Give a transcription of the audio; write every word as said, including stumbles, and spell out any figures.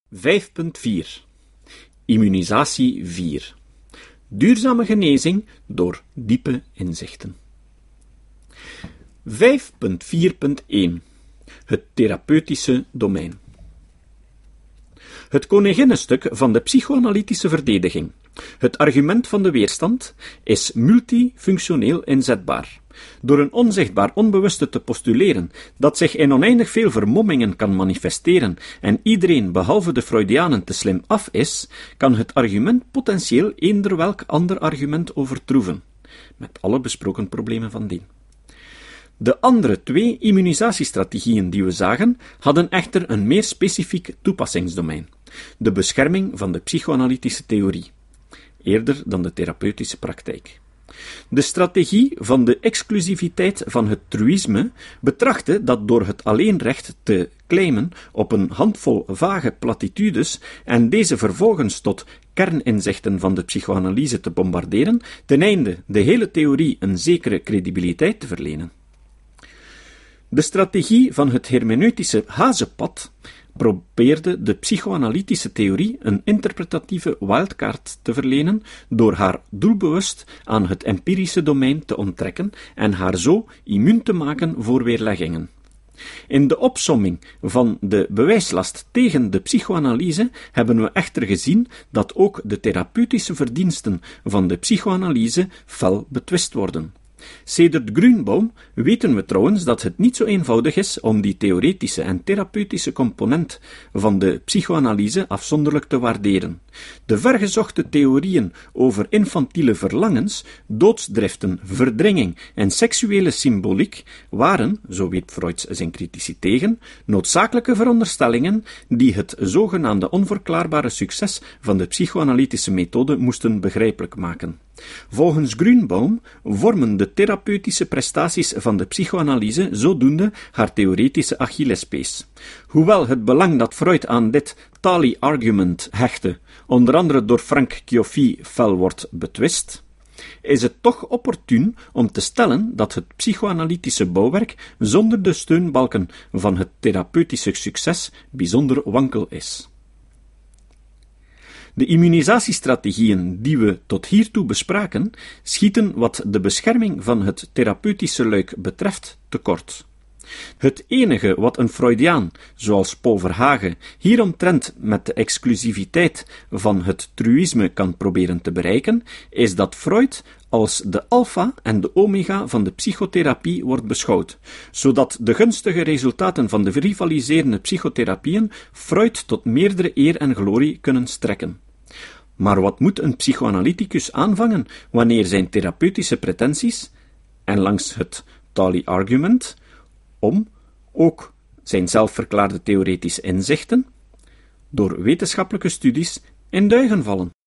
vijf punt vier Immunisatie vier Duurzame genezing door diepe inzichten. vijf punt vier punt één Het therapeutische domein. Het koninginnenstuk van de psychoanalytische verdediging, het argument van de weerstand, is multifunctioneel inzetbaar. Door een onzichtbaar onbewuste te postuleren dat zich in oneindig veel vermommingen kan manifesteren en iedereen behalve de Freudianen te slim af is, kan het argument potentieel eender welk ander argument overtroeven, met alle besproken problemen van dien. De andere twee immunisatiestrategieën die we zagen, hadden echter een meer specifiek toepassingsdomein, de bescherming van de psychoanalytische theorie, eerder dan de therapeutische praktijk. De strategie van de exclusiviteit van het truïsme betrachtte dat door het alleenrecht te claimen op een handvol vage platitudes en deze vervolgens tot kerninzichten van de psychoanalyse te bombarderen, ten einde de hele theorie een zekere credibiliteit te verlenen. De strategie van het hermeneutische hazepad probeerde de psychoanalytische theorie een interpretatieve wildcard te verlenen door haar doelbewust aan het empirische domein te onttrekken en haar zo immuun te maken voor weerleggingen. In de opsomming van de bewijslast tegen de psychoanalyse hebben we echter gezien dat ook de therapeutische verdiensten van de psychoanalyse fel betwist worden. Sedert Grünbaum weten we trouwens dat het niet zo eenvoudig is om die theoretische en therapeutische component van de psychoanalyse afzonderlijk te waarderen. De vergezochte theorieën over infantiele verlangens, doodsdriften, verdringing en seksuele symboliek waren, zo weet Freud zijn critici tegen, noodzakelijke veronderstellingen die het zogenaamde onverklaarbare succes van de psychoanalytische methode moesten begrijpelijk maken. Volgens Grünbaum vormen de therapeutische prestaties van de psychoanalyse zodoende haar theoretische Achillespees. Hoewel het belang dat Freud aan dit Thalie-argument hechtte, onder andere door Frank Cioffi fel wordt betwist, is het toch opportun om te stellen dat het psychoanalytische bouwwerk zonder de steunbalken van het therapeutische succes bijzonder wankel is. De immunisatiestrategieën die we tot hiertoe bespraken, schieten wat de bescherming van het therapeutische luik betreft tekort. Het enige wat een Freudiaan, zoals Paul Verhagen, hieromtrent met de exclusiviteit van het truïsme kan proberen te bereiken, is dat Freud als de alfa en de omega van de psychotherapie wordt beschouwd, zodat de gunstige resultaten van de rivaliserende psychotherapieën Freud tot meerdere eer en glorie kunnen strekken. Maar wat moet een psychoanalyticus aanvangen wanneer zijn therapeutische pretenties, en langs het Thalie-argument, om ook zijn zelfverklaarde theoretische inzichten, door wetenschappelijke studies in duigen vallen?